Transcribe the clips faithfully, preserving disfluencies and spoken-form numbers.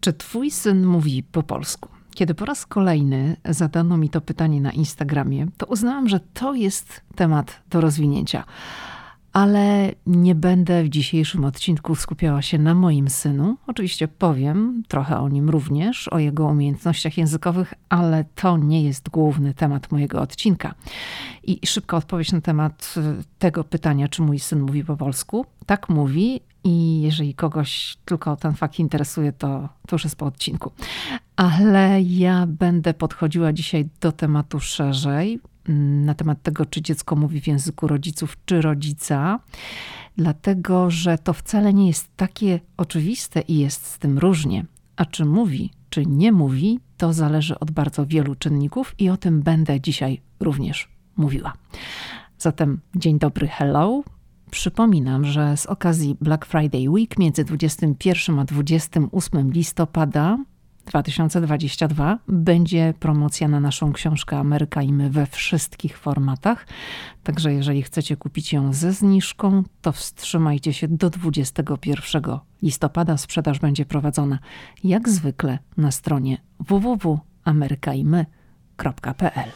Czy twój syn mówi po polsku? Kiedy po raz kolejny zadano mi to pytanie na Instagramie, to uznałam, że to jest temat do rozwinięcia. Ale nie będę w dzisiejszym odcinku skupiała się na moim synu. Oczywiście powiem trochę o nim również, o jego umiejętnościach językowych, ale to nie jest główny temat mojego odcinka. I szybka odpowiedź na temat tego pytania, czy mój syn mówi po polsku. Tak mówi i jeżeli kogoś tylko ten fakt interesuje, to, to już jest po odcinku. Ale ja będę podchodziła dzisiaj do tematu szerzej, na temat tego, czy dziecko mówi w języku rodziców, czy rodzica, dlatego, że to wcale nie jest takie oczywiste i jest z tym różnie. A czy mówi, czy nie mówi, to zależy od bardzo wielu czynników i o tym będę dzisiaj również mówiła. Zatem dzień dobry, hello. Przypominam, że z okazji Black Friday Week między dwudziestym pierwszym a dwudziestym ósmym listopada dwa tysiące dwudziestego drugiego będzie promocja na naszą książkę Ameryka i my we wszystkich formatach. Także jeżeli chcecie kupić ją ze zniżką, to wstrzymajcie się do dwudziestego pierwszego listopada. Sprzedaż będzie prowadzona jak zwykle na stronie w w w kropka amerykaimy kropka p l.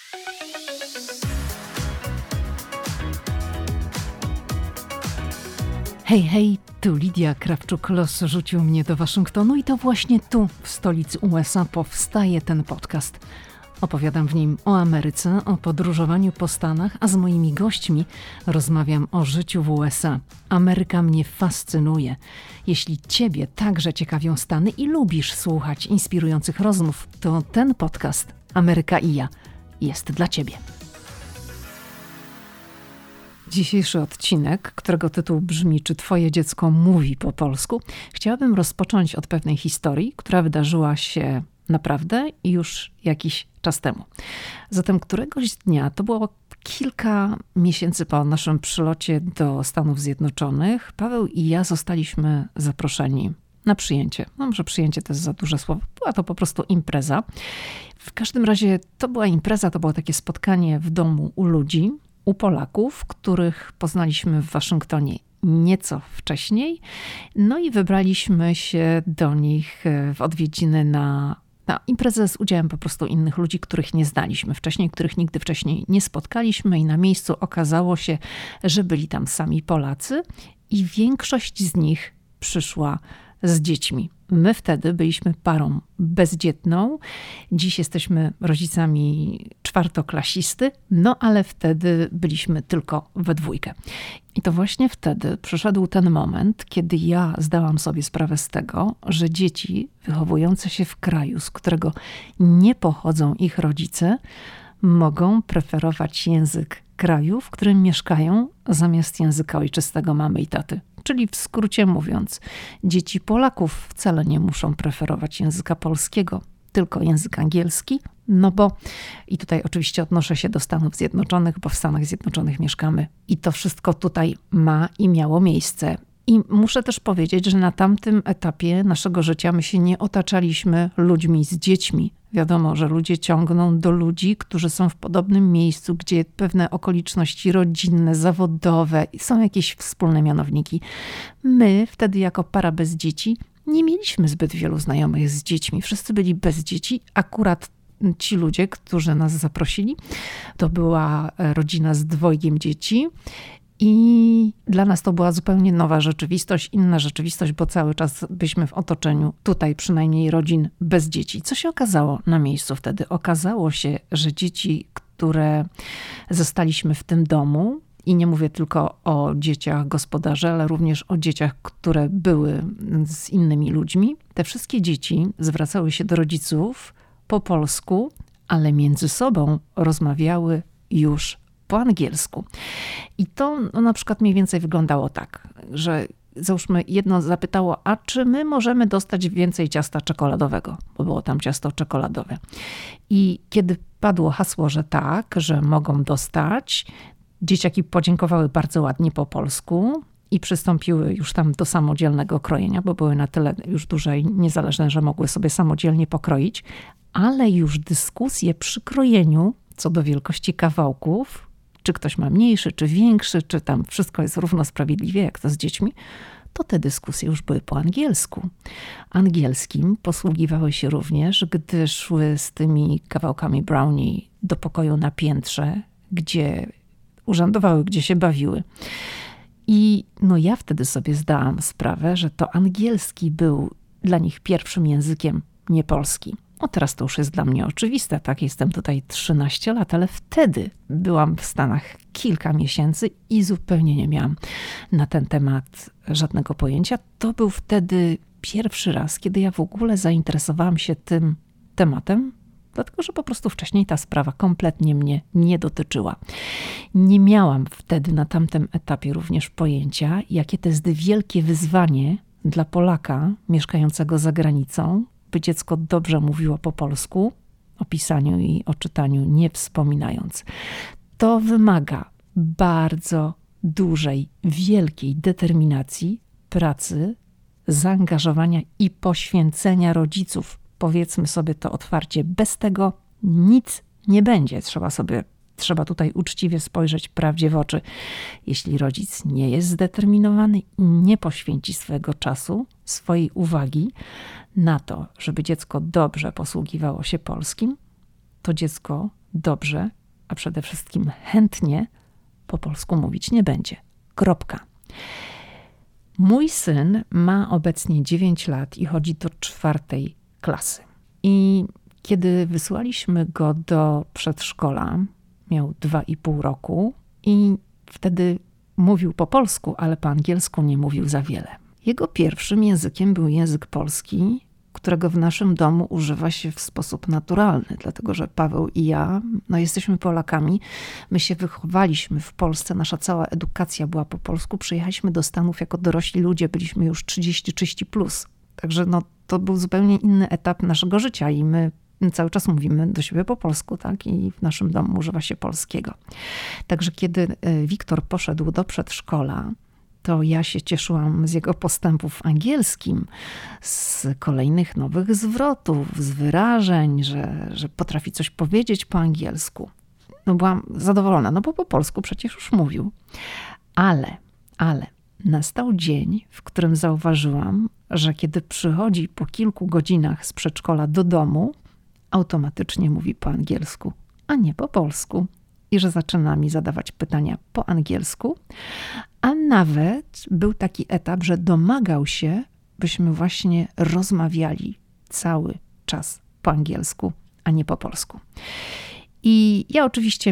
Hej, hej, tu Lidia Krawczuk. Los rzucił mnie do Waszyngtonu i to właśnie tu, w stolicy U S A, powstaje ten podcast. Opowiadam w nim o Ameryce, o podróżowaniu po Stanach, a z moimi gośćmi rozmawiam o życiu w U S A. Ameryka mnie fascynuje. Jeśli Ciebie także ciekawią Stany i lubisz słuchać inspirujących rozmów, to ten podcast Ameryka i ja jest dla Ciebie. Dzisiejszy odcinek, którego tytuł brzmi Czy twoje dziecko mówi po polsku, chciałabym rozpocząć od pewnej historii, która wydarzyła się naprawdę już jakiś czas temu. Zatem któregoś dnia, to było kilka miesięcy po naszym przylocie do Stanów Zjednoczonych, Paweł i ja zostaliśmy zaproszeni na przyjęcie. No może przyjęcie to jest za duże słowo, była to po prostu impreza. W każdym razie to była impreza, to było takie spotkanie w domu u ludzi, u Polaków, których poznaliśmy w Waszyngtonie nieco wcześniej. No i wybraliśmy się do nich w odwiedziny na, na imprezę z udziałem po prostu innych ludzi, których nie znaliśmy wcześniej, których nigdy wcześniej nie spotkaliśmy i na miejscu okazało się, że byli tam sami Polacy i większość z nich przyszła z dziećmi. My wtedy byliśmy parą bezdzietną. Dziś jesteśmy rodzicami czwartoklasisty, no ale wtedy byliśmy tylko we dwójkę. I to właśnie wtedy przyszedł ten moment, kiedy ja zdałam sobie sprawę z tego, że dzieci wychowujące się w kraju, z którego nie pochodzą ich rodzice, mogą preferować język kraju, w którym mieszkają, zamiast języka ojczystego mamy i taty. Czyli w skrócie mówiąc, dzieci Polaków wcale nie muszą preferować języka polskiego, tylko język angielski, no bo, i tutaj oczywiście odnoszę się do Stanów Zjednoczonych, bo w Stanach Zjednoczonych mieszkamy i to wszystko tutaj ma i miało miejsce. I muszę też powiedzieć, że na tamtym etapie naszego życia my się nie otaczaliśmy ludźmi z dziećmi. Wiadomo, że ludzie ciągną do ludzi, którzy są w podobnym miejscu, gdzie pewne okoliczności rodzinne, zawodowe, są jakieś wspólne mianowniki. My wtedy jako para bez dzieci nie mieliśmy zbyt wielu znajomych z dziećmi. Wszyscy byli bez dzieci. Akurat ci ludzie, którzy nas zaprosili, to była rodzina z dwojgiem dzieci. I dla nas to była zupełnie nowa rzeczywistość, inna rzeczywistość, bo cały czas byliśmy w otoczeniu tutaj przynajmniej rodzin bez dzieci. Co się okazało na miejscu wtedy? Okazało się, że dzieci, które zostaliśmy w tym domu, i nie mówię tylko o dzieciach gospodarzy, ale również o dzieciach, które były z innymi ludźmi, te wszystkie dzieci zwracały się do rodziców po polsku, ale między sobą rozmawiały już po angielsku. I to no, na przykład mniej więcej wyglądało tak, że załóżmy jedno zapytało, a czy my możemy dostać więcej ciasta czekoladowego, bo było tam ciasto czekoladowe. I kiedy padło hasło, że tak, że mogą dostać, dzieciaki podziękowały bardzo ładnie po polsku i przystąpiły już tam do samodzielnego krojenia, bo były na tyle już duże i niezależne, że mogły sobie samodzielnie pokroić, ale już dyskusje przy krojeniu co do wielkości kawałków, czy ktoś ma mniejszy, czy większy, czy tam wszystko jest równo sprawiedliwie, jak to z dziećmi, to te dyskusje już były po angielsku. Angielskim posługiwały się również, gdy szły z tymi kawałkami brownie do pokoju na piętrze, gdzie urzędowały, gdzie się bawiły. I no ja wtedy sobie zdałam sprawę, że to angielski był dla nich pierwszym językiem, nie polski. No teraz to już jest dla mnie oczywiste, tak? Jestem tutaj trzynaście lat, ale wtedy byłam w Stanach kilka miesięcy i zupełnie nie miałam na ten temat żadnego pojęcia. To był wtedy pierwszy raz, kiedy ja w ogóle zainteresowałam się tym tematem, dlatego że po prostu wcześniej ta sprawa kompletnie mnie nie dotyczyła. Nie miałam wtedy na tamtym etapie również pojęcia, jakie to jest wielkie wyzwanie dla Polaka mieszkającego za granicą, by dziecko dobrze mówiło po polsku, o pisaniu i o czytaniu nie wspominając. To wymaga bardzo dużej, wielkiej determinacji, pracy, zaangażowania i poświęcenia rodziców. Powiedzmy sobie to otwarcie, bez tego nic nie będzie. Trzeba sobie, trzeba tutaj uczciwie spojrzeć prawdzie w oczy. Jeśli rodzic nie jest zdeterminowany i nie poświęci swojego czasu, swojej uwagi na to, żeby dziecko dobrze posługiwało się polskim, to dziecko dobrze, a przede wszystkim chętnie po polsku mówić nie będzie. Kropka. Mój syn ma obecnie dziewięć lat i chodzi do czwartej klasy. I kiedy wysłaliśmy go do przedszkola, miał dwa i pół roku i wtedy mówił po polsku, ale po angielsku nie mówił za wiele. Jego pierwszym językiem był język polski, którego w naszym domu używa się w sposób naturalny, dlatego że Paweł i ja, no jesteśmy Polakami, my się wychowaliśmy w Polsce, nasza cała edukacja była po polsku, przyjechaliśmy do Stanów jako dorośli ludzie, byliśmy już trzydzieści trzydzieści plus, także no to był zupełnie inny etap naszego życia i my cały czas mówimy do siebie po polsku, tak? I w naszym domu używa się polskiego. Także kiedy Wiktor poszedł do przedszkola, to ja się cieszyłam z jego postępów w angielskim, z kolejnych nowych zwrotów, z wyrażeń, że, że potrafi coś powiedzieć po angielsku. No byłam zadowolona, no bo po polsku przecież już mówił. Ale, ale nastał dzień, w którym zauważyłam, że kiedy przychodzi po kilku godzinach z przedszkola do domu, automatycznie mówi po angielsku, a nie po polsku. I że zaczyna mi zadawać pytania po angielsku, a nawet był taki etap, że domagał się, byśmy właśnie rozmawiali cały czas po angielsku, a nie po polsku. I ja oczywiście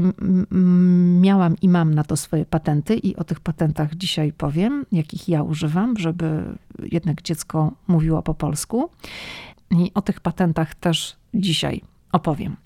miałam i mam na to swoje patenty i o tych patentach dzisiaj powiem, jakich ja używam, żeby jednak dziecko mówiło po polsku. I o tych patentach też dzisiaj opowiem.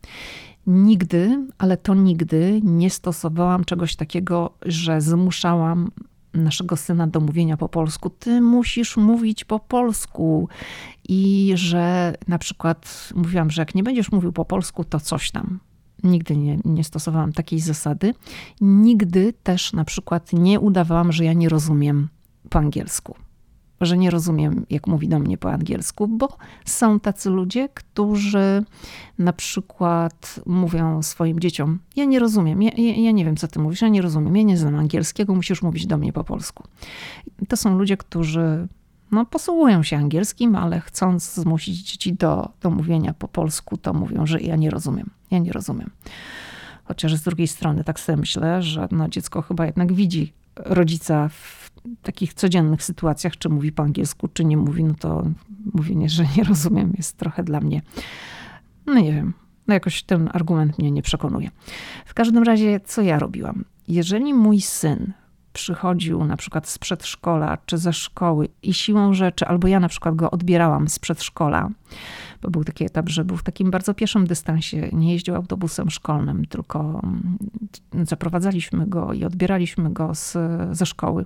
Nigdy, ale to nigdy nie stosowałam czegoś takiego, że zmuszałam naszego syna do mówienia po polsku. Ty musisz mówić po polsku. I że na przykład mówiłam, że jak nie będziesz mówił po polsku, to coś tam. Nigdy nie, nie stosowałam takiej zasady. Nigdy też na przykład nie udawałam, że ja nie rozumiem po angielsku. Że nie rozumiem, jak mówi do mnie po angielsku, bo są tacy ludzie, którzy na przykład mówią swoim dzieciom, ja nie rozumiem, ja, ja, ja nie wiem, co ty mówisz, ja nie rozumiem, ja nie znam angielskiego, musisz mówić do mnie po polsku. To są ludzie, którzy no, posługują się angielskim, ale chcąc zmusić dzieci do, do mówienia po polsku, to mówią, że ja nie rozumiem, ja nie rozumiem. Chociaż z drugiej strony tak sobie myślę, że no, dziecko chyba jednak widzi rodzica w takich codziennych sytuacjach, czy mówi po angielsku, czy nie mówi, no to mówienie, że nie rozumiem, jest trochę dla mnie, no nie wiem, no jakoś ten argument mnie nie przekonuje. W każdym razie, co ja robiłam? Jeżeli mój syn przychodził na przykład z przedszkola, czy ze szkoły i siłą rzeczy, albo ja na przykład go odbierałam z przedszkola, bo był taki etap, że był w takim bardzo pieszym dystansie, nie jeździł autobusem szkolnym, tylko zaprowadzaliśmy go i odbieraliśmy go z, ze szkoły.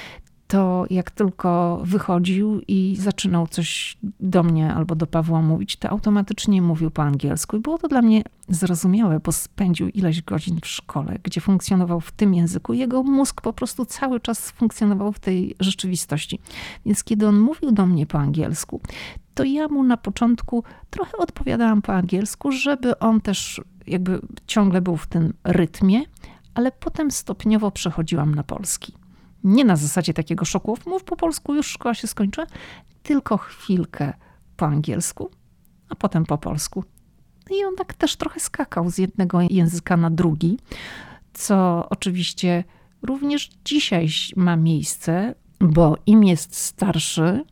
To jak tylko wychodził i zaczynał coś do mnie albo do Pawła mówić, to automatycznie mówił po angielsku. I było to dla mnie zrozumiałe, bo spędził ileś godzin w szkole, gdzie funkcjonował w tym języku. Jego mózg po prostu cały czas funkcjonował w tej rzeczywistości. Więc kiedy on mówił do mnie po angielsku, to ja mu na początku trochę odpowiadałam po angielsku, żeby on też jakby ciągle był w tym rytmie, ale potem stopniowo przechodziłam na polski. Nie na zasadzie takiego szoku, mów po polsku, już szkoła się skończyła, tylko chwilkę po angielsku, a potem po polsku. I on tak też trochę skakał z jednego języka na drugi, co oczywiście również dzisiaj ma miejsce, bo im jest starszy,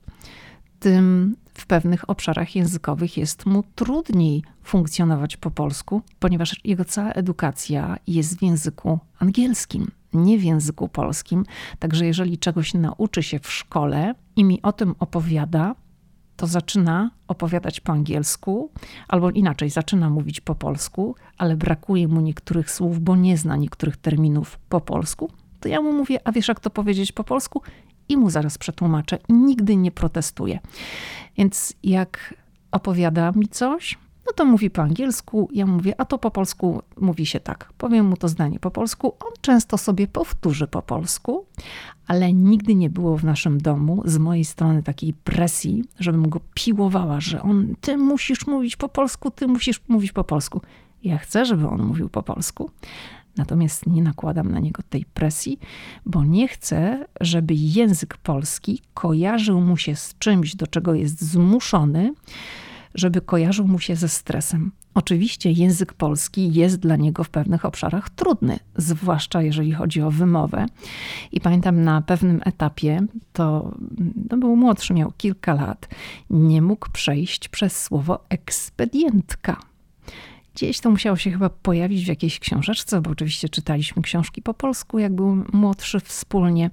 tym w pewnych obszarach językowych jest mu trudniej funkcjonować po polsku, ponieważ jego cała edukacja jest w języku angielskim, nie w języku polskim. Także jeżeli czegoś nauczy się w szkole i mi o tym opowiada, to zaczyna opowiadać po angielsku, albo inaczej, zaczyna mówić po polsku, ale brakuje mu niektórych słów, bo nie zna niektórych terminów po polsku, to ja mu mówię, a wiesz jak to powiedzieć po polsku? I mu zaraz przetłumaczę i nigdy nie protestuję. Więc jak opowiada mi coś, no to mówi po angielsku, ja mówię, a to po polsku mówi się tak. Powiem mu to zdanie po polsku, on często sobie powtórzy po polsku, ale nigdy nie było w naszym domu z mojej strony takiej presji, żebym go piłowała, że on, ty musisz mówić po polsku, ty musisz mówić po polsku. Ja chcę, żeby on mówił po polsku, natomiast nie nakładam na niego tej presji, bo nie chcę, żeby język polski kojarzył mu się z czymś, do czego jest zmuszony, żeby kojarzył mu się ze stresem. Oczywiście język polski jest dla niego w pewnych obszarach trudny, zwłaszcza jeżeli chodzi o wymowę. I pamiętam na pewnym etapie, to, to był młodszy, miał kilka lat, nie mógł przejść przez słowo ekspedientka. Gdzieś to musiało się chyba pojawić w jakiejś książeczce, bo oczywiście czytaliśmy książki po polsku, jak był młodszy wspólnie.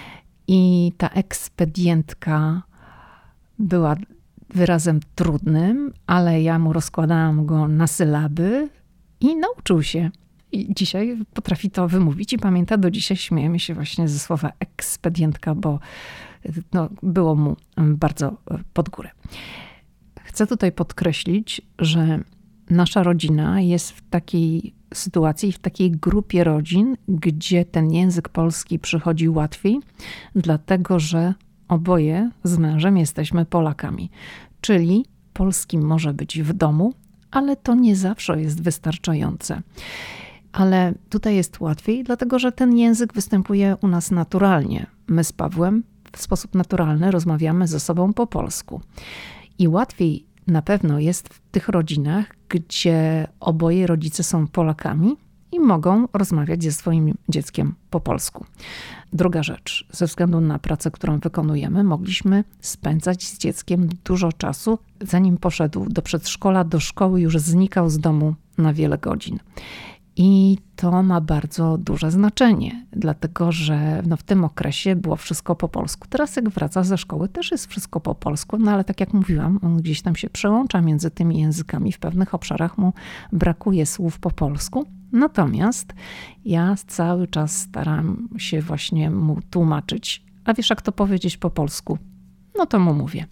I ta ekspedientka była wyrazem trudnym, ale ja mu rozkładałam go na sylaby i nauczył się. I dzisiaj potrafi to wymówić i pamięta, do dzisiaj śmiejemy się właśnie ze słowa ekspedientka, bo no, było mu bardzo pod górę. Chcę tutaj podkreślić, że nasza rodzina jest w takiej sytuacji, w takiej grupie rodzin, gdzie ten język polski przychodzi łatwiej, dlatego że oboje z mężem jesteśmy Polakami. Czyli polski może być w domu, ale to nie zawsze jest wystarczające. Ale tutaj jest łatwiej, dlatego że ten język występuje u nas naturalnie. My z Pawłem w sposób naturalny rozmawiamy ze sobą po polsku. I łatwiej na pewno jest w tych rodzinach, gdzie oboje rodzice są Polakami i mogą rozmawiać ze swoim dzieckiem po polsku. Druga rzecz, ze względu na pracę, którą wykonujemy, mogliśmy spędzać z dzieckiem dużo czasu, zanim poszedł do przedszkola, do szkoły, już znikał z domu na wiele godzin. I to ma bardzo duże znaczenie, dlatego że no w tym okresie było wszystko po polsku. Teraz jak wraca ze szkoły, też jest wszystko po polsku, no ale tak jak mówiłam, on gdzieś tam się przełącza między tymi językami. W pewnych obszarach mu brakuje słów po polsku. Natomiast ja cały czas staram się właśnie mu tłumaczyć. A wiesz, jak to powiedzieć po polsku? No to mu mówię.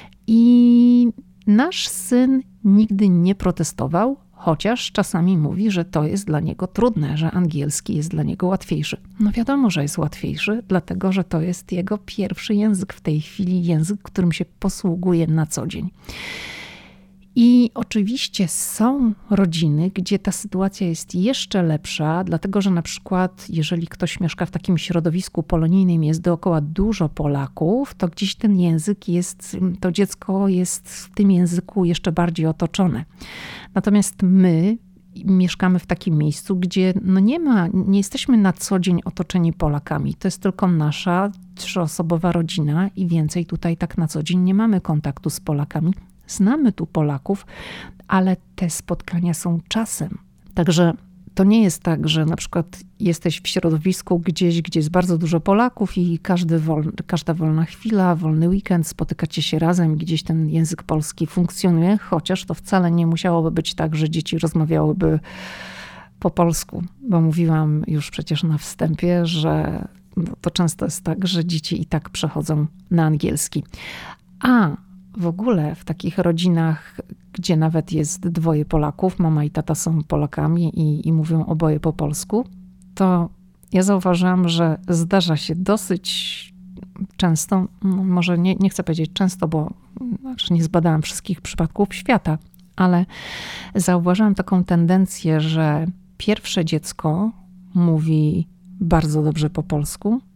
I nasz syn nigdy nie protestował, chociaż czasami mówi, że to jest dla niego trudne, że angielski jest dla niego łatwiejszy. No wiadomo, że jest łatwiejszy, dlatego że to jest jego pierwszy język w tej chwili, język, którym się posługuje na co dzień. I oczywiście są rodziny, gdzie ta sytuacja jest jeszcze lepsza, dlatego że na przykład jeżeli ktoś mieszka w takim środowisku polonijnym, jest dookoła dużo Polaków, to gdzieś ten język jest, to dziecko jest w tym języku jeszcze bardziej otoczone. Natomiast my mieszkamy w takim miejscu, gdzie no nie ma, nie jesteśmy na co dzień otoczeni Polakami. To jest tylko nasza trzyosobowa rodzina i więcej tutaj tak na co dzień nie mamy kontaktu z Polakami. Znamy tu Polaków, ale te spotkania są czasem. Także to nie jest tak, że na przykład jesteś w środowisku gdzieś, gdzie jest bardzo dużo Polaków i każdy wolny, każda wolna chwila, wolny weekend, spotykacie się razem, gdzieś ten język polski funkcjonuje, chociaż to wcale nie musiałoby być tak, że dzieci rozmawiałyby po polsku, bo mówiłam już przecież na wstępie, że to często jest tak, że dzieci i tak przechodzą na angielski. A w ogóle w takich rodzinach, gdzie nawet jest dwoje Polaków, mama i tata są Polakami i, i mówią oboje po polsku, to ja zauważyłam, że zdarza się dosyć często, może nie, nie chcę powiedzieć często, bo znaczy nie zbadałam wszystkich przypadków świata, ale zauważyłam taką tendencję, że pierwsze dziecko mówi bardzo dobrze po polsku,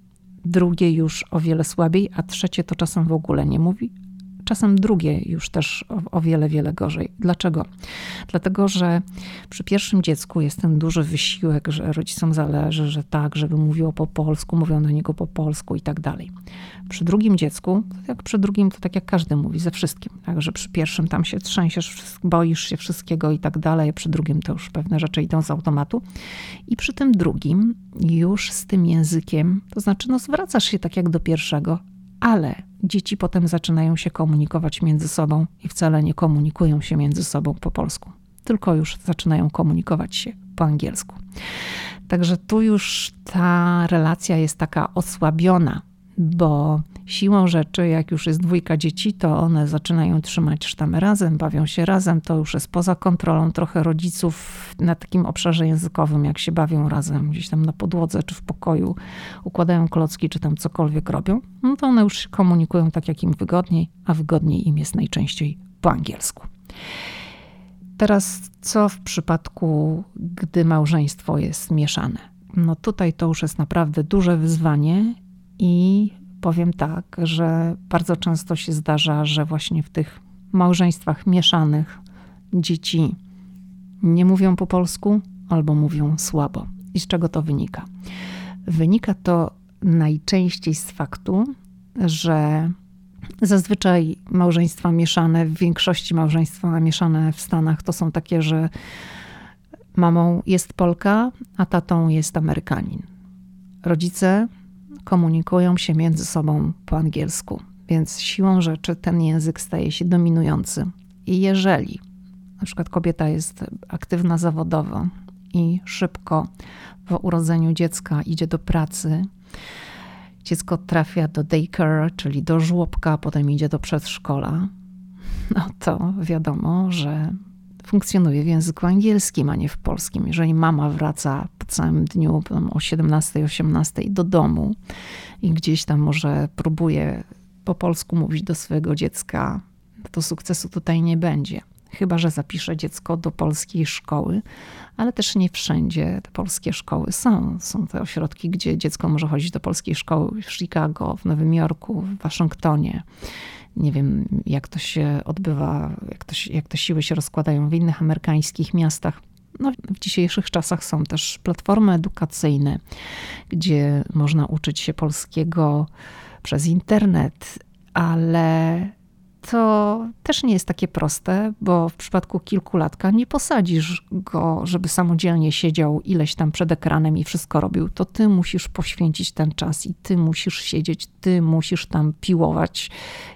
drugie już o wiele słabiej, a trzecie to czasem w ogóle nie mówi. Czasem drugie już też o, o wiele, wiele gorzej. Dlaczego? Dlatego, że przy pierwszym dziecku jest ten duży wysiłek, że rodzicom zależy, że tak, żeby mówiło po polsku, mówią do niego po polsku i tak dalej. Przy drugim dziecku, jak przy drugim, to tak jak każdy mówi, ze wszystkim. Także przy pierwszym tam się trzęsiesz, boisz się wszystkiego i tak dalej, a przy drugim to już pewne rzeczy idą z automatu. I przy tym drugim już z tym językiem, to znaczy no zwracasz się tak jak do pierwszego, ale dzieci potem zaczynają się komunikować między sobą i wcale nie komunikują się między sobą po polsku, tylko już zaczynają komunikować się po angielsku. Także tu już ta relacja jest taka osłabiona, bo siłą rzeczy, jak już jest dwójka dzieci, to one zaczynają trzymać sztamy razem, bawią się razem, to już jest poza kontrolą trochę rodziców na takim obszarze językowym, jak się bawią razem gdzieś tam na podłodze czy w pokoju, układają klocki czy tam cokolwiek robią, no to one już się komunikują tak, jak im wygodniej, a wygodniej im jest najczęściej po angielsku. Teraz co w przypadku, gdy małżeństwo jest mieszane? No tutaj to już jest naprawdę duże wyzwanie i powiem tak, że bardzo często się zdarza, że właśnie w tych małżeństwach mieszanych dzieci nie mówią po polsku albo mówią słabo. I z czego to wynika? Wynika to najczęściej z faktu, że zazwyczaj małżeństwa mieszane, w większości małżeństwa mieszane w Stanach to są takie, że mamą jest Polka, a tatą jest Amerykanin. Rodzice komunikują się między sobą po angielsku, więc siłą rzeczy ten język staje się dominujący. I jeżeli na przykład kobieta jest aktywna zawodowo i szybko po urodzeniu dziecka idzie do pracy, dziecko trafia do daycare, czyli do żłobka, potem idzie do przedszkola, no to wiadomo, że funkcjonuje w języku angielskim, a nie w polskim. Jeżeli mama wraca po całym dniu o siedemnastej, osiemnastej do domu i gdzieś tam może próbuje po polsku mówić do swojego dziecka, to sukcesu tutaj nie będzie. Chyba że zapisze dziecko do polskiej szkoły, ale też nie wszędzie te polskie szkoły są. Są te ośrodki, gdzie dziecko może chodzić do polskiej szkoły w Chicago, w Nowym Jorku, w Waszyngtonie. Nie wiem, jak to się odbywa, jak to, się, jak te siły się rozkładają w innych amerykańskich miastach. No, w dzisiejszych czasach są też platformy edukacyjne, gdzie można uczyć się polskiego przez internet, ale to też nie jest takie proste, bo w przypadku kilkulatka nie posadzisz go, żeby samodzielnie siedział ileś tam przed ekranem i wszystko robił. To ty musisz poświęcić ten czas i ty musisz siedzieć, ty musisz tam piłować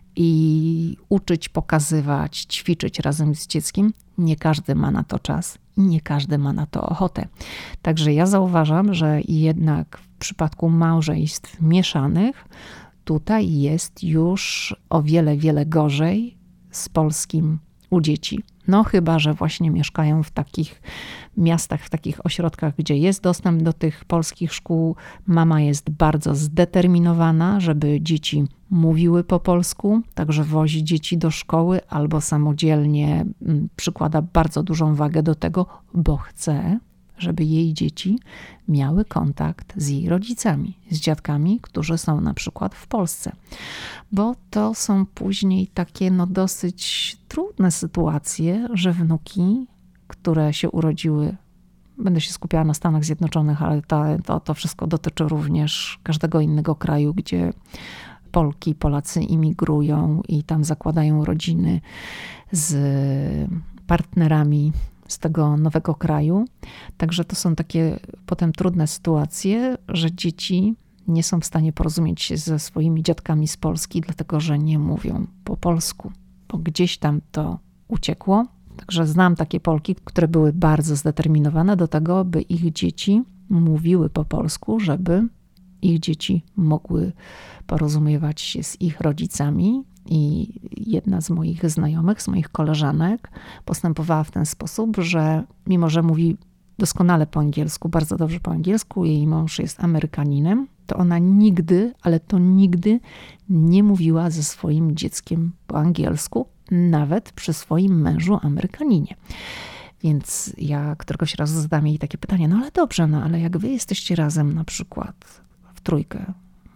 i uczyć, pokazywać, ćwiczyć razem z dzieckiem. Nie każdy ma na to czas i nie każdy ma na to ochotę. Także ja zauważam, że jednak w przypadku małżeństw mieszanych tutaj jest już o wiele, wiele gorzej z polskim u dzieci. No chyba że właśnie mieszkają w takich miastach, w takich ośrodkach, gdzie jest dostęp do tych polskich szkół. Mama jest bardzo zdeterminowana, żeby dzieci mówiły po polsku, także wozi dzieci do szkoły albo samodzielnie przykłada bardzo dużą wagę do tego, bo chce, żeby jej dzieci miały kontakt z jej rodzicami, z dziadkami, którzy są na przykład w Polsce. Bo to są później takie no dosyć trudne sytuacje, że wnuki, które się urodziły, będę się skupiała na Stanach Zjednoczonych, ale to, to, to wszystko dotyczy również każdego innego kraju, gdzie Polki, Polacy imigrują i tam zakładają rodziny z partnerami z tego nowego kraju. Także to są takie potem trudne sytuacje, że dzieci nie są w stanie porozumieć się ze swoimi dziadkami z Polski, dlatego że nie mówią po polsku, bo gdzieś tam to uciekło. Także znam takie Polki, które były bardzo zdeterminowane do tego, by ich dzieci mówiły po polsku, żeby ich dzieci mogły porozumiewać się z ich rodzicami. I jedna z moich znajomych, z moich koleżanek postępowała w ten sposób, że mimo, że mówi doskonale po angielsku, bardzo dobrze po angielsku, jej mąż jest Amerykaninem, to ona nigdy, ale to nigdy nie mówiła ze swoim dzieckiem po angielsku, nawet przy swoim mężu Amerykaninie. Więc ja któregoś razu zadam jej takie pytanie, no ale dobrze, no ale jak wy jesteście razem na przykład w trójkę,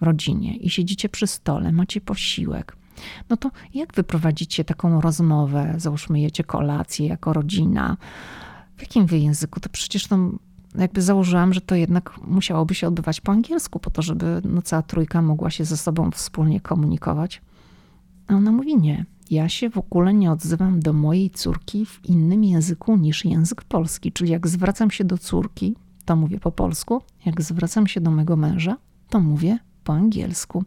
rodzinie i siedzicie przy stole, macie posiłek, no to jak wy prowadzicie taką rozmowę, załóżmy jecie kolację jako rodzina, w jakim wy języku? To przecież to jakby założyłam, że to jednak musiałoby się odbywać po angielsku, po to, żeby no, cała trójka mogła się ze sobą wspólnie komunikować. A ona mówi nie. Ja się w ogóle nie odzywam do mojej córki w innym języku niż język polski. Czyli jak zwracam się do córki, to mówię po polsku. Jak zwracam się do mego męża, to mówię po angielsku.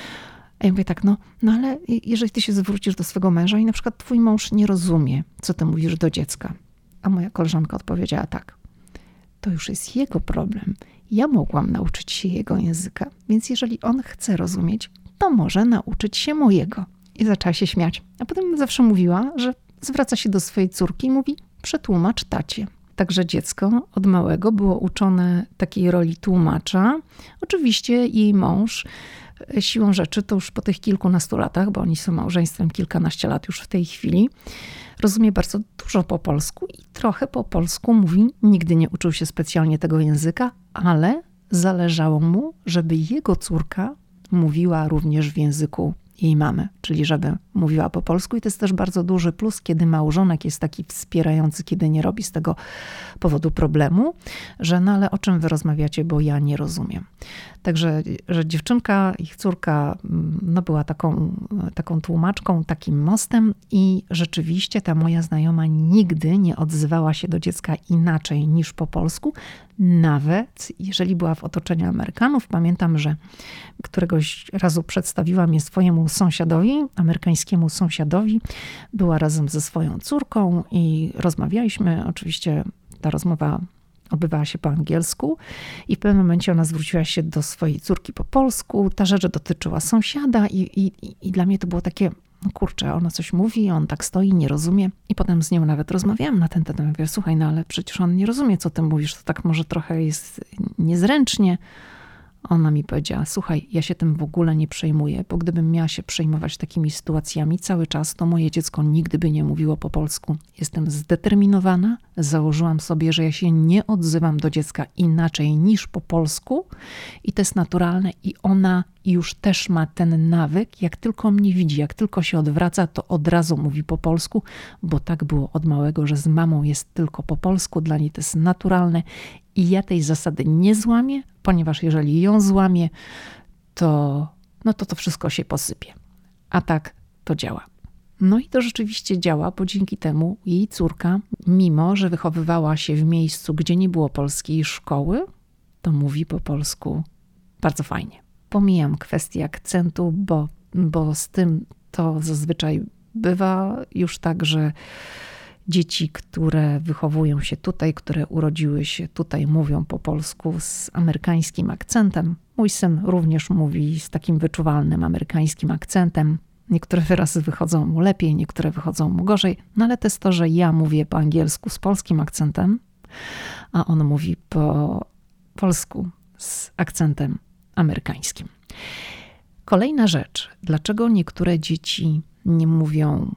A ja mówię tak, no, no ale jeżeli ty się zwrócisz do swego męża i na przykład twój mąż nie rozumie, co ty mówisz do dziecka. A moja koleżanka odpowiedziała tak. To już jest jego problem. Ja mogłam nauczyć się jego języka, więc jeżeli on chce rozumieć, to może nauczyć się mojego. I zaczęła się śmiać. A potem zawsze mówiła, że zwraca się do swojej córki i mówi, przetłumacz tacie. Także dziecko od małego było uczone takiej roli tłumacza. Oczywiście jej mąż siłą rzeczy, to już po tych kilkunastu latach, bo oni są małżeństwem kilkanaście lat już w tej chwili, rozumie bardzo dużo po polsku i trochę po polsku mówi. Nigdy nie uczył się specjalnie tego języka, ale zależało mu, żeby jego córka mówiła również w języku jej mamy, czyli żeby mówiła po polsku. I to jest też bardzo duży plus, kiedy małżonek jest taki wspierający, kiedy nie robi z tego powodu problemu, że no ale o czym wy rozmawiacie, bo ja nie rozumiem. Także, że dziewczynka, ich córka no była taką, taką tłumaczką, takim mostem i rzeczywiście ta moja znajoma nigdy nie odzywała się do dziecka inaczej niż po polsku, nawet jeżeli była w otoczeniu Amerykanów. Pamiętam, że któregoś razu przedstawiłam je swojemu sąsiadowi, amerykańskiemu sąsiadowi. Była razem ze swoją córką i rozmawialiśmy. Oczywiście ta rozmowa odbywała się po angielsku i w pewnym momencie ona zwróciła się do swojej córki po polsku. Ta rzecz dotyczyła sąsiada i, i, i dla mnie to było takie, no kurczę, ona coś mówi, on tak stoi, nie rozumie. I potem z nią nawet rozmawiałam na ten temat. Mówię, słuchaj, no ale przecież on nie rozumie, co ty mówisz, to tak może trochę jest niezręcznie. Ona mi powiedziała, słuchaj, ja się tym w ogóle nie przejmuję, bo gdybym miała się przejmować takimi sytuacjami cały czas, to moje dziecko nigdy by nie mówiło po polsku. Jestem zdeterminowana, założyłam sobie, że ja się nie odzywam do dziecka inaczej niż po polsku i to jest naturalne i ona już też ma ten nawyk, jak tylko mnie widzi, jak tylko się odwraca, to od razu mówi po polsku, bo tak było od małego, że z mamą jest tylko po polsku, dla niej to jest naturalne i ja tej zasady nie złamię, ponieważ jeżeli ją złamię, to, no to to wszystko się posypie. A tak to działa. No i to rzeczywiście działa, bo dzięki temu jej córka, mimo że wychowywała się w miejscu, gdzie nie było polskiej szkoły, to mówi po polsku bardzo fajnie. Pomijam kwestię akcentu, bo, bo z tym to zazwyczaj bywa już tak, że dzieci, które wychowują się tutaj, które urodziły się tutaj, mówią po polsku z amerykańskim akcentem. Mój syn również mówi z takim wyczuwalnym amerykańskim akcentem. Niektóre wyrazy wychodzą mu lepiej, niektóre wychodzą mu gorzej, no ale to jest to, że ja mówię po angielsku z polskim akcentem, a on mówi po polsku z akcentem amerykańskim. Kolejna rzecz. Dlaczego niektóre dzieci nie mówią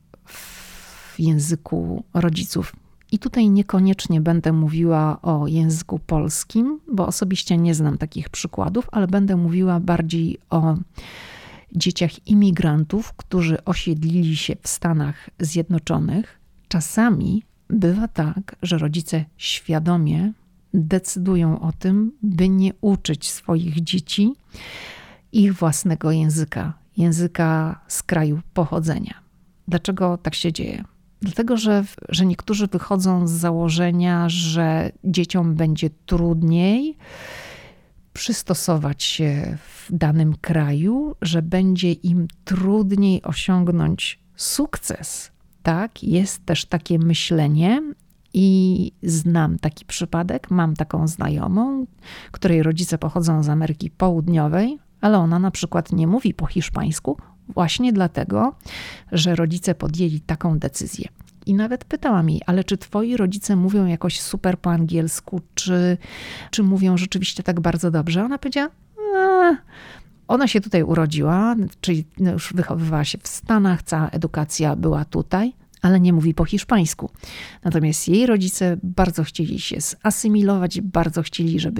w języku rodziców? I tutaj niekoniecznie będę mówiła o języku polskim, bo osobiście nie znam takich przykładów, ale będę mówiła bardziej o dzieciach imigrantów, którzy osiedlili się w Stanach Zjednoczonych. Czasami bywa tak, że rodzice świadomie decydują o tym, by nie uczyć swoich dzieci ich własnego języka, języka z kraju pochodzenia. Dlaczego tak się dzieje? Dlatego, że, że niektórzy wychodzą z założenia, że dzieciom będzie trudniej przystosować się w danym kraju, że będzie im trudniej osiągnąć sukces. Tak, jest też takie myślenie i znam taki przypadek, mam taką znajomą, której rodzice pochodzą z Ameryki Południowej, ale ona na przykład nie mówi po hiszpańsku właśnie dlatego, że rodzice podjęli taką decyzję. I nawet pytałam jej, ale czy twoi rodzice mówią jakoś super po angielsku, czy, czy mówią rzeczywiście tak bardzo dobrze? Ona powiedziała, a, ona się tutaj urodziła, czyli już wychowywała się w Stanach, cała edukacja była tutaj, ale nie mówi po hiszpańsku. Natomiast jej rodzice bardzo chcieli się zasymilować, bardzo chcieli, żeby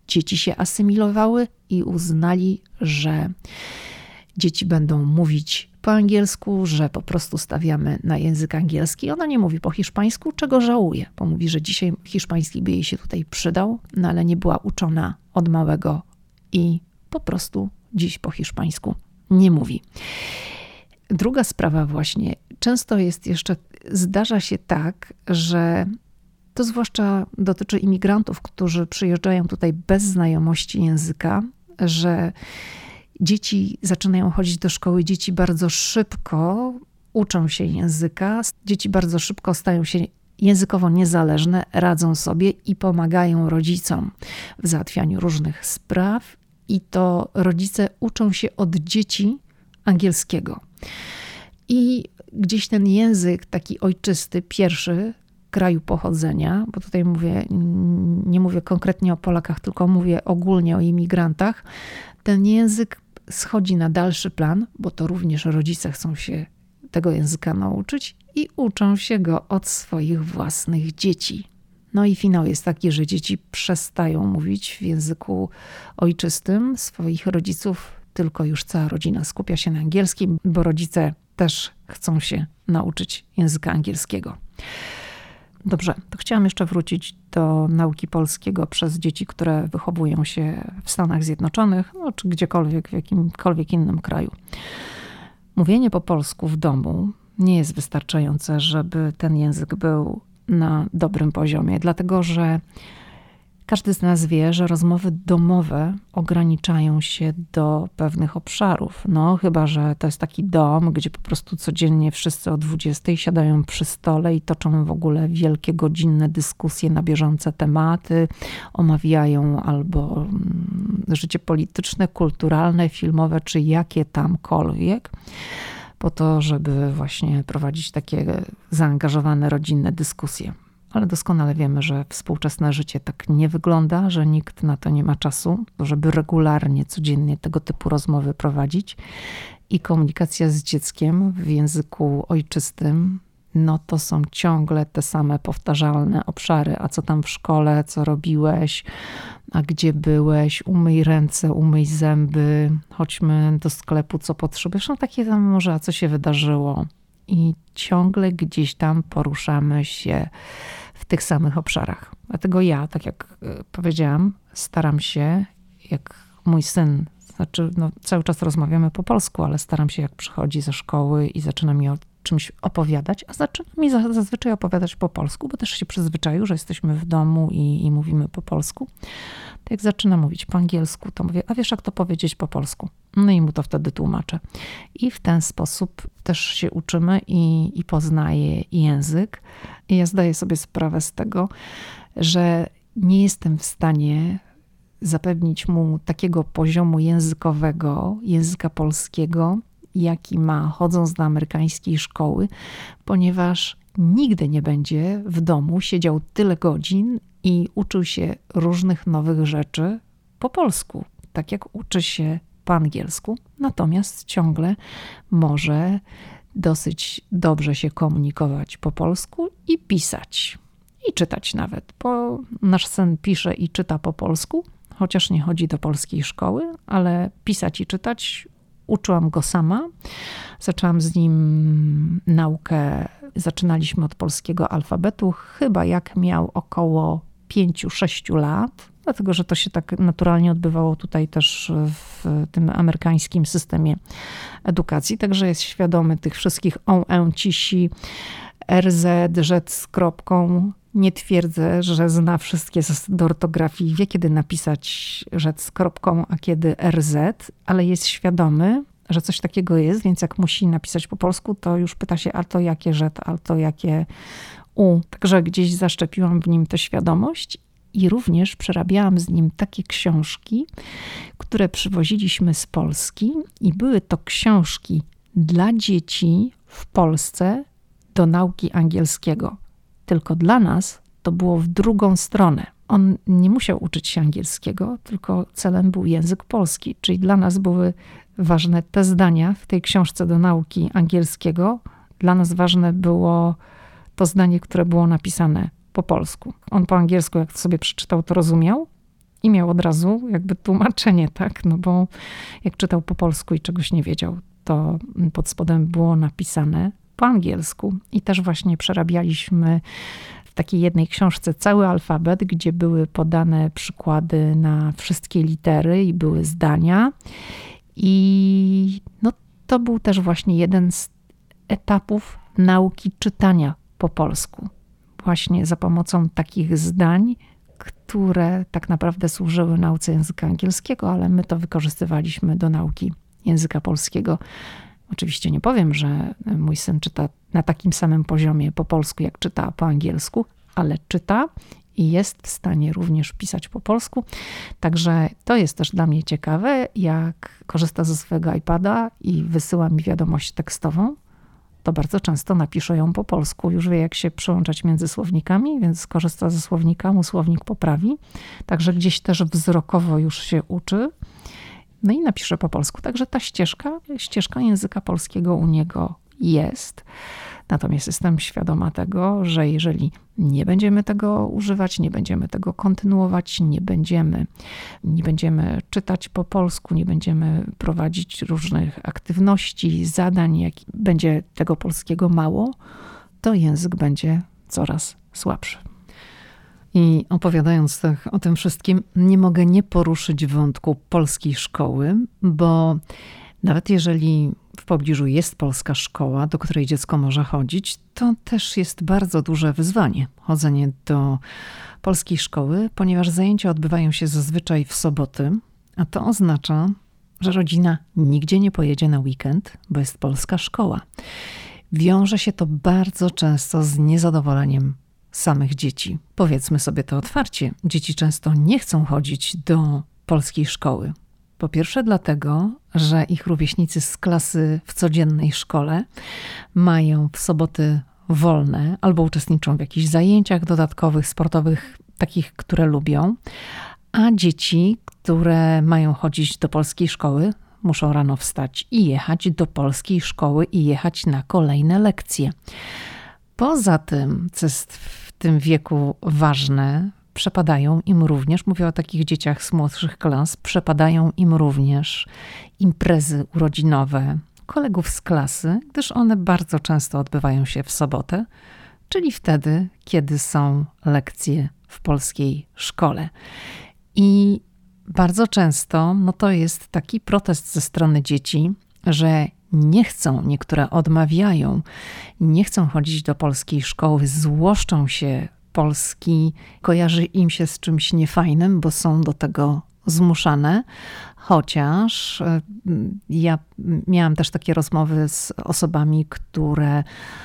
dzieci się asymilowały i uznali, że dzieci będą mówić po angielsku, że po prostu stawiamy na język angielski. Ona nie mówi po hiszpańsku, czego żałuje, bo mówi, że dzisiaj hiszpański by jej się tutaj przydał, no ale nie była uczona od małego i po prostu dziś po hiszpańsku nie mówi. Druga sprawa właśnie, często jest jeszcze, zdarza się tak, że to zwłaszcza dotyczy imigrantów, którzy przyjeżdżają tutaj bez znajomości języka, że dzieci zaczynają chodzić do szkoły, dzieci bardzo szybko uczą się języka, dzieci bardzo szybko stają się językowo niezależne, radzą sobie i pomagają rodzicom w załatwianiu różnych spraw i to rodzice uczą się od dzieci angielskiego. I gdzieś ten język taki ojczysty, pierwszy kraju pochodzenia, bo tutaj mówię, nie mówię konkretnie o Polakach, tylko mówię ogólnie o imigrantach, ten język schodzi na dalszy plan, bo to również rodzice chcą się tego języka nauczyć i uczą się go od swoich własnych dzieci. No i finał jest taki, że dzieci przestają mówić w języku ojczystym swoich rodziców, tylko już cała rodzina skupia się na angielskim, bo rodzice też chcą się nauczyć języka angielskiego. Dobrze, to chciałam jeszcze wrócić do nauki polskiego przez dzieci, które wychowują się w Stanach Zjednoczonych, no, czy gdziekolwiek, w jakimkolwiek innym kraju. Mówienie po polsku w domu nie jest wystarczające, żeby ten język był na dobrym poziomie, dlatego że każdy z nas wie, że rozmowy domowe ograniczają się do pewnych obszarów. No chyba że to jest taki dom, gdzie po prostu codziennie wszyscy o dwudziestej siadają przy stole i toczą w ogóle wielkie, godzinne dyskusje na bieżące tematy, omawiają albo życie polityczne, kulturalne, filmowe, czy jakie tamkolwiek, po to, żeby właśnie prowadzić takie zaangażowane, rodzinne dyskusje. Ale doskonale wiemy, że współczesne życie tak nie wygląda, że nikt na to nie ma czasu, żeby regularnie, codziennie tego typu rozmowy prowadzić. I komunikacja z dzieckiem w języku ojczystym, no to są ciągle te same powtarzalne obszary. A co tam w szkole, co robiłeś, a gdzie byłeś, umyj ręce, umyj zęby, chodźmy do sklepu, co potrzebujesz. No takie tam może, a co się wydarzyło. I ciągle gdzieś tam poruszamy się w tych samych obszarach. Dlatego ja, tak jak powiedziałam, staram się, jak mój syn, znaczy no, cały czas rozmawiamy po polsku, ale staram się, jak przychodzi ze szkoły i zaczyna mi o czymś opowiadać, a zaczyna mi zazwyczaj opowiadać po polsku, bo też się przyzwyczaił, że jesteśmy w domu i, i mówimy po polsku. To jak zaczyna mówić po angielsku, to mówię, a wiesz jak to powiedzieć po polsku? No i mu to wtedy tłumaczę. I w ten sposób też się uczymy i, i poznaje język. I ja zdaję sobie sprawę z tego, że nie jestem w stanie zapewnić mu takiego poziomu językowego, języka polskiego, jaki ma chodząc do amerykańskiej szkoły, ponieważ nigdy nie będzie w domu siedział tyle godzin i uczył się różnych nowych rzeczy po polsku, tak jak uczy się po angielsku. Natomiast ciągle może dosyć dobrze się komunikować po polsku i pisać. I czytać nawet, bo nasz syn pisze i czyta po polsku, chociaż nie chodzi do polskiej szkoły, ale pisać i czytać uczyłam go sama. Zaczęłam z nim naukę, zaczynaliśmy od polskiego alfabetu, chyba jak miał około pięciu sześciu lat, dlatego że to się tak naturalnie odbywało tutaj też w tym amerykańskim systemie edukacji, także jest świadomy tych wszystkich on, en, cisi, rz, rzec z kropką. Nie twierdzę, że zna wszystkie zasady ortografii, wie kiedy napisać rzecz z kropką, a kiedy rz, ale jest świadomy, że coś takiego jest, więc jak musi napisać po polsku, to już pyta się, a to jakie rzecz, a to jakie u. Także gdzieś zaszczepiłam w nim tę świadomość i również przerabiałam z nim takie książki, które przywoziliśmy z Polski i były to książki dla dzieci w Polsce do nauki angielskiego. Tylko dla nas to było w drugą stronę. On nie musiał uczyć się angielskiego, tylko celem był język polski. Czyli dla nas były ważne te zdania w tej książce do nauki angielskiego. Dla nas ważne było to zdanie, które było napisane po polsku. On po angielsku, jak sobie przeczytał, to rozumiał, I miał od razu jakby tłumaczenie, tak? No bo jak czytał po polsku i czegoś nie wiedział, to pod spodem było napisane po angielsku. I też właśnie przerabialiśmy w takiej jednej książce cały alfabet, gdzie były podane przykłady na wszystkie litery i były zdania. I no, to był też właśnie jeden z etapów nauki czytania po polsku. Właśnie za pomocą takich zdań, które tak naprawdę służyły nauce języka angielskiego, ale my to wykorzystywaliśmy do nauki języka polskiego. Oczywiście nie powiem, że mój syn czyta na takim samym poziomie po polsku, jak czyta po angielsku, ale czyta i jest w stanie również pisać po polsku. Także to jest też dla mnie ciekawe, jak korzysta ze swojego iPada i wysyła mi wiadomość tekstową, to bardzo często napisze ją po polsku. Już wie, jak się przełączać między słownikami, więc korzysta ze słownika, mu słownik poprawi. Także gdzieś też wzrokowo już się uczy. No i napisze po polsku. Także ta ścieżka, ścieżka języka polskiego u niego jest. Natomiast jestem świadoma tego, że jeżeli nie będziemy tego używać, nie będziemy tego kontynuować, nie będziemy, nie będziemy czytać po polsku, nie będziemy prowadzić różnych aktywności, zadań, jak będzie tego polskiego mało, to język będzie coraz słabszy. I opowiadając tak o tym wszystkim, nie mogę nie poruszyć wątku polskiej szkoły, bo nawet jeżeli w pobliżu jest polska szkoła, do której dziecko może chodzić, to też jest bardzo duże wyzwanie chodzenie do polskiej szkoły, ponieważ zajęcia odbywają się zazwyczaj w soboty, a to oznacza, że rodzina nigdzie nie pojedzie na weekend, bo jest polska szkoła. Wiąże się to bardzo często z niezadowoleniem samych dzieci. Powiedzmy sobie to otwarcie, dzieci często nie chcą chodzić do polskiej szkoły. Po pierwsze dlatego, że ich rówieśnicy z klasy w codziennej szkole mają w soboty wolne albo uczestniczą w jakichś zajęciach dodatkowych, sportowych, takich, które lubią, a dzieci, które mają chodzić do polskiej szkoły, muszą rano wstać i jechać do polskiej szkoły i jechać na kolejne lekcje. Poza tym, co jest w tym wieku ważne, przepadają im również, mówię o takich dzieciach z młodszych klas, przepadają im również imprezy urodzinowe kolegów z klasy, gdyż one bardzo często odbywają się w sobotę, czyli wtedy, kiedy są lekcje w polskiej szkole. I bardzo często no to jest taki protest ze strony dzieci, że nie chcą, niektóre odmawiają, nie chcą chodzić do polskiej szkoły, złoszczą się. Polski kojarzy im się z czymś niefajnym, bo są do tego zmuszane, chociaż ja miałam też takie rozmowy z osobami, które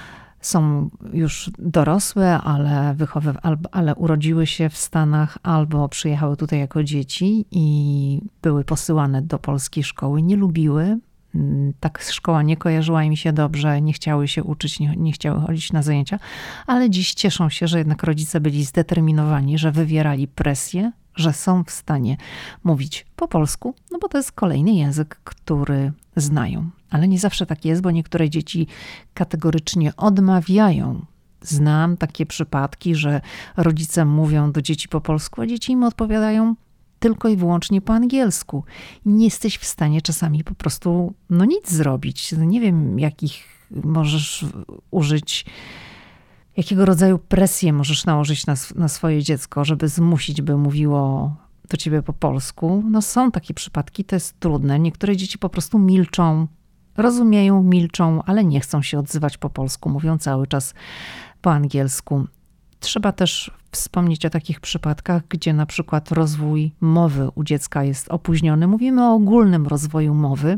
są już dorosłe, ale, wychowy, ale urodziły się w Stanach albo przyjechały tutaj jako dzieci i były posyłane do polskiej szkoły, nie lubiły. Tak szkoła nie kojarzyła im się dobrze, nie chciały się uczyć, nie, nie chciały chodzić na zajęcia, ale dziś cieszą się, że jednak rodzice byli zdeterminowani, że wywierali presję, że są w stanie mówić po polsku, no bo to jest kolejny język, który znają. Ale nie zawsze tak jest, bo niektóre dzieci kategorycznie odmawiają. Znam takie przypadki, że rodzice mówią do dzieci po polsku, a dzieci im odpowiadają tylko i wyłącznie po angielsku. Nie jesteś w stanie czasami po prostu no nic zrobić. Nie wiem, jakich możesz użyć, jakiego rodzaju presję możesz nałożyć na, na swoje dziecko, żeby zmusić, by mówiło do ciebie po polsku. No są takie przypadki, to jest trudne. Niektóre dzieci po prostu milczą, rozumieją, milczą, ale nie chcą się odzywać po polsku, mówią cały czas po angielsku. Trzeba też wspomnieć o takich przypadkach, gdzie na przykład rozwój mowy u dziecka jest opóźniony. Mówimy o ogólnym rozwoju mowy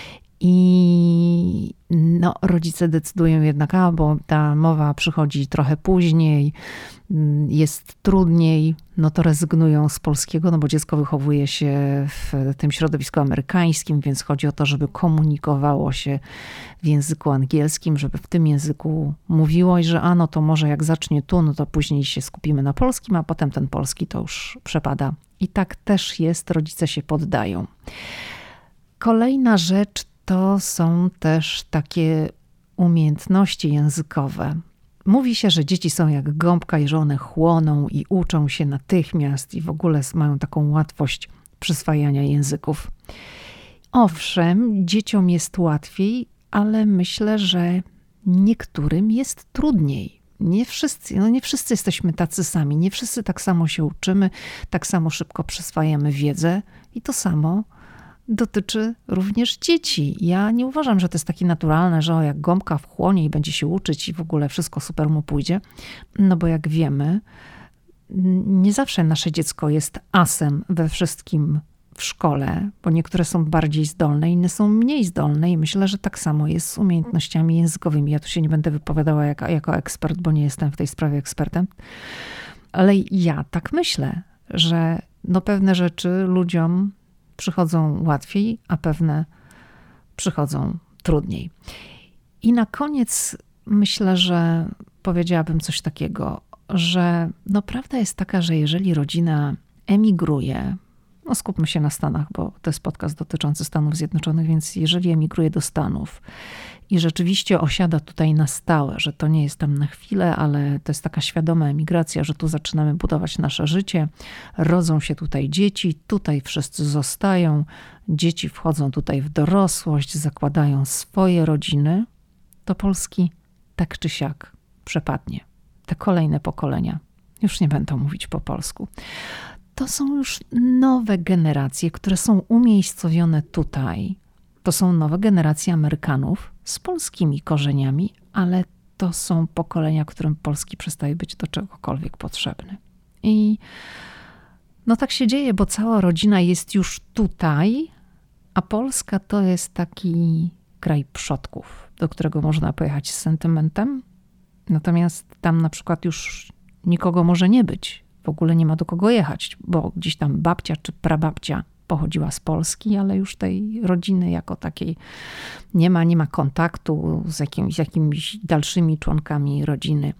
i no, rodzice decydują jednak, a bo ta mowa przychodzi trochę później, jest trudniej, no to rezygnują z polskiego, no bo dziecko wychowuje się w tym środowisku amerykańskim, więc chodzi o to, żeby komunikowało się w języku angielskim, żeby w tym języku mówiło i że a no to może jak zacznie tu, no to później się skupimy na polskim, a potem ten polski to już przepada. I tak też jest, rodzice się poddają. Kolejna rzecz to są też takie umiejętności językowe. Mówi się, że dzieci są jak gąbka i że one chłoną i uczą się natychmiast i w ogóle mają taką łatwość przyswajania języków. Owszem, dzieciom jest łatwiej, ale myślę, że niektórym jest trudniej. Nie wszyscy, no nie wszyscy jesteśmy tacy sami, nie wszyscy tak samo się uczymy, tak samo szybko przyswajamy wiedzę i to samo dotyczy również dzieci. Ja nie uważam, że to jest takie naturalne, że o, jak gąbka wchłonie i będzie się uczyć i w ogóle wszystko super mu pójdzie, no bo jak wiemy, nie zawsze nasze dziecko jest asem we wszystkim w szkole, bo niektóre są bardziej zdolne, inne są mniej zdolne i myślę, że tak samo jest z umiejętnościami językowymi. Ja tu się nie będę wypowiadała jako, jako ekspert, bo nie jestem w tej sprawie ekspertem, ale ja tak myślę, że no pewne rzeczy ludziom przychodzą łatwiej, a pewne przychodzą trudniej. I na koniec myślę, że powiedziałabym coś takiego, że no prawda jest taka, że jeżeli rodzina emigruje, no skupmy się na Stanach, bo to jest podcast dotyczący Stanów Zjednoczonych, więc jeżeli emigruje do Stanów i rzeczywiście osiada tutaj na stałe, że to nie jest tam na chwilę, ale to jest taka świadoma emigracja, że tu zaczynamy budować nasze życie, rodzą się tutaj dzieci, tutaj wszyscy zostają, dzieci wchodzą tutaj w dorosłość, zakładają swoje rodziny, to Polski tak czy siak przepadnie. Te kolejne pokolenia już nie będą mówić po polsku. To są już nowe generacje, które są umiejscowione tutaj. To są nowe generacje Amerykanów z polskimi korzeniami, ale to są pokolenia, którym polski przestaje być do czegokolwiek potrzebny. I no tak się dzieje, bo cała rodzina jest już tutaj, a Polska to jest taki kraj przodków, do którego można pojechać z sentymentem. Natomiast tam na przykład już nikogo może nie być. W ogóle nie ma do kogo jechać, bo gdzieś tam babcia czy prababcia pochodziła z Polski, ale już tej rodziny jako takiej nie ma, nie ma kontaktu z jakimiś, z jakimiś dalszymi członkami rodziny.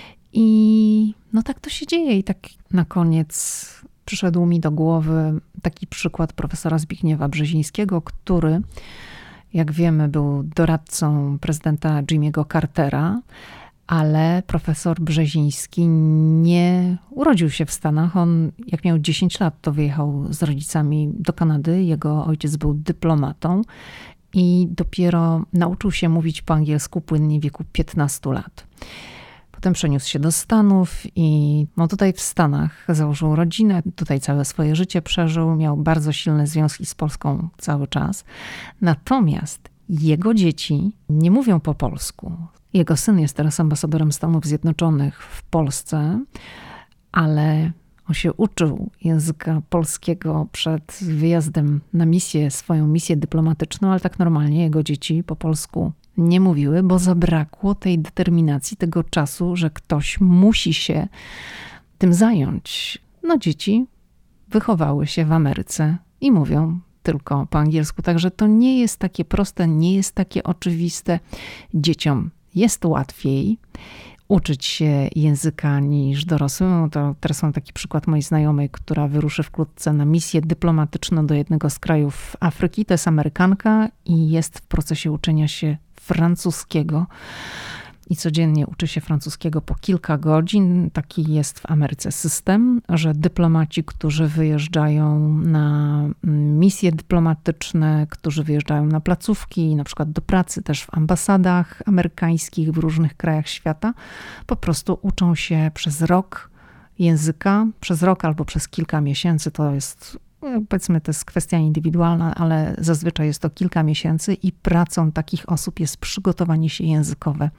I no tak to się dzieje. I tak na koniec przyszedł mi do głowy taki przykład profesora Zbigniewa Brzezińskiego, który, jak wiemy, był doradcą prezydenta Jimmy'ego Cartera, ale profesor Brzeziński nie urodził się w Stanach. On, jak miał dziesięć lat, to wyjechał z rodzicami do Kanady. Jego ojciec był dyplomatą i dopiero nauczył się mówić po angielsku płynnie w wieku piętnastu lat. Potem przeniósł się do Stanów i no tutaj w Stanach założył rodzinę. Tutaj całe swoje życie przeżył. Miał bardzo silne związki z Polską cały czas. Natomiast jego dzieci nie mówią po polsku. Jego syn jest teraz ambasadorem Stanów Zjednoczonych w Polsce, ale on się uczył języka polskiego przed wyjazdem na misję, swoją misję dyplomatyczną, ale tak normalnie jego dzieci po polsku nie mówiły, bo zabrakło tej determinacji, tego czasu, że ktoś musi się tym zająć. No dzieci wychowały się w Ameryce i mówią tylko po angielsku, także to nie jest takie proste, nie jest takie oczywiste. Dzieciom jest łatwiej uczyć się języka niż dorosłym. To teraz mam taki przykład mojej znajomej, która wyruszy wkrótce na misję dyplomatyczną do jednego z krajów Afryki. To jest Amerykanka i jest w procesie uczenia się francuskiego. I codziennie uczy się francuskiego po kilka godzin. Taki jest w Ameryce system, że dyplomaci, którzy wyjeżdżają na misje dyplomatyczne, którzy wyjeżdżają na placówki, na przykład do pracy też w ambasadach amerykańskich w różnych krajach świata, po prostu uczą się przez rok języka, przez rok albo przez kilka miesięcy. To jest, powiedzmy, to jest kwestia indywidualna, ale zazwyczaj jest to kilka miesięcy i pracą takich osób jest przygotowanie się językowe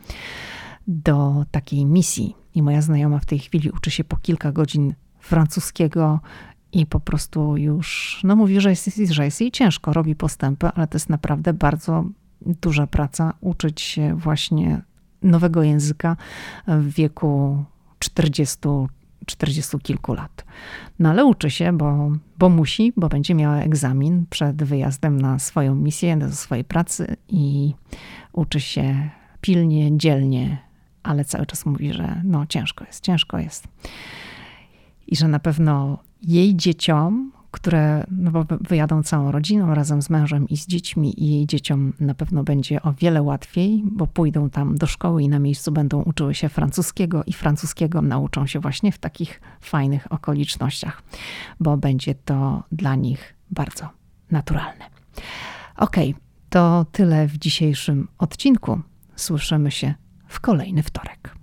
do takiej misji. I moja znajoma w tej chwili uczy się po kilka godzin francuskiego i po prostu już, no mówi, że jest, że jest jej ciężko, robi postępy, ale to jest naprawdę bardzo duża praca uczyć się właśnie nowego języka w wieku czterdziestu czterdziestu kilku lat. No ale uczy się, bo, bo musi, bo będzie miała egzamin przed wyjazdem na swoją misję, do swojej pracy i uczy się pilnie, dzielnie, ale cały czas mówi, że no ciężko jest, ciężko jest. I że na pewno jej dzieciom, które no bo wyjadą całą rodziną razem z mężem i z dziećmi i jej dzieciom na pewno będzie o wiele łatwiej, bo pójdą tam do szkoły i na miejscu będą uczyły się francuskiego i francuskiego nauczą się właśnie w takich fajnych okolicznościach, bo będzie to dla nich bardzo naturalne. Okej, to tyle w dzisiejszym odcinku. Słyszymy się w kolejny wtorek.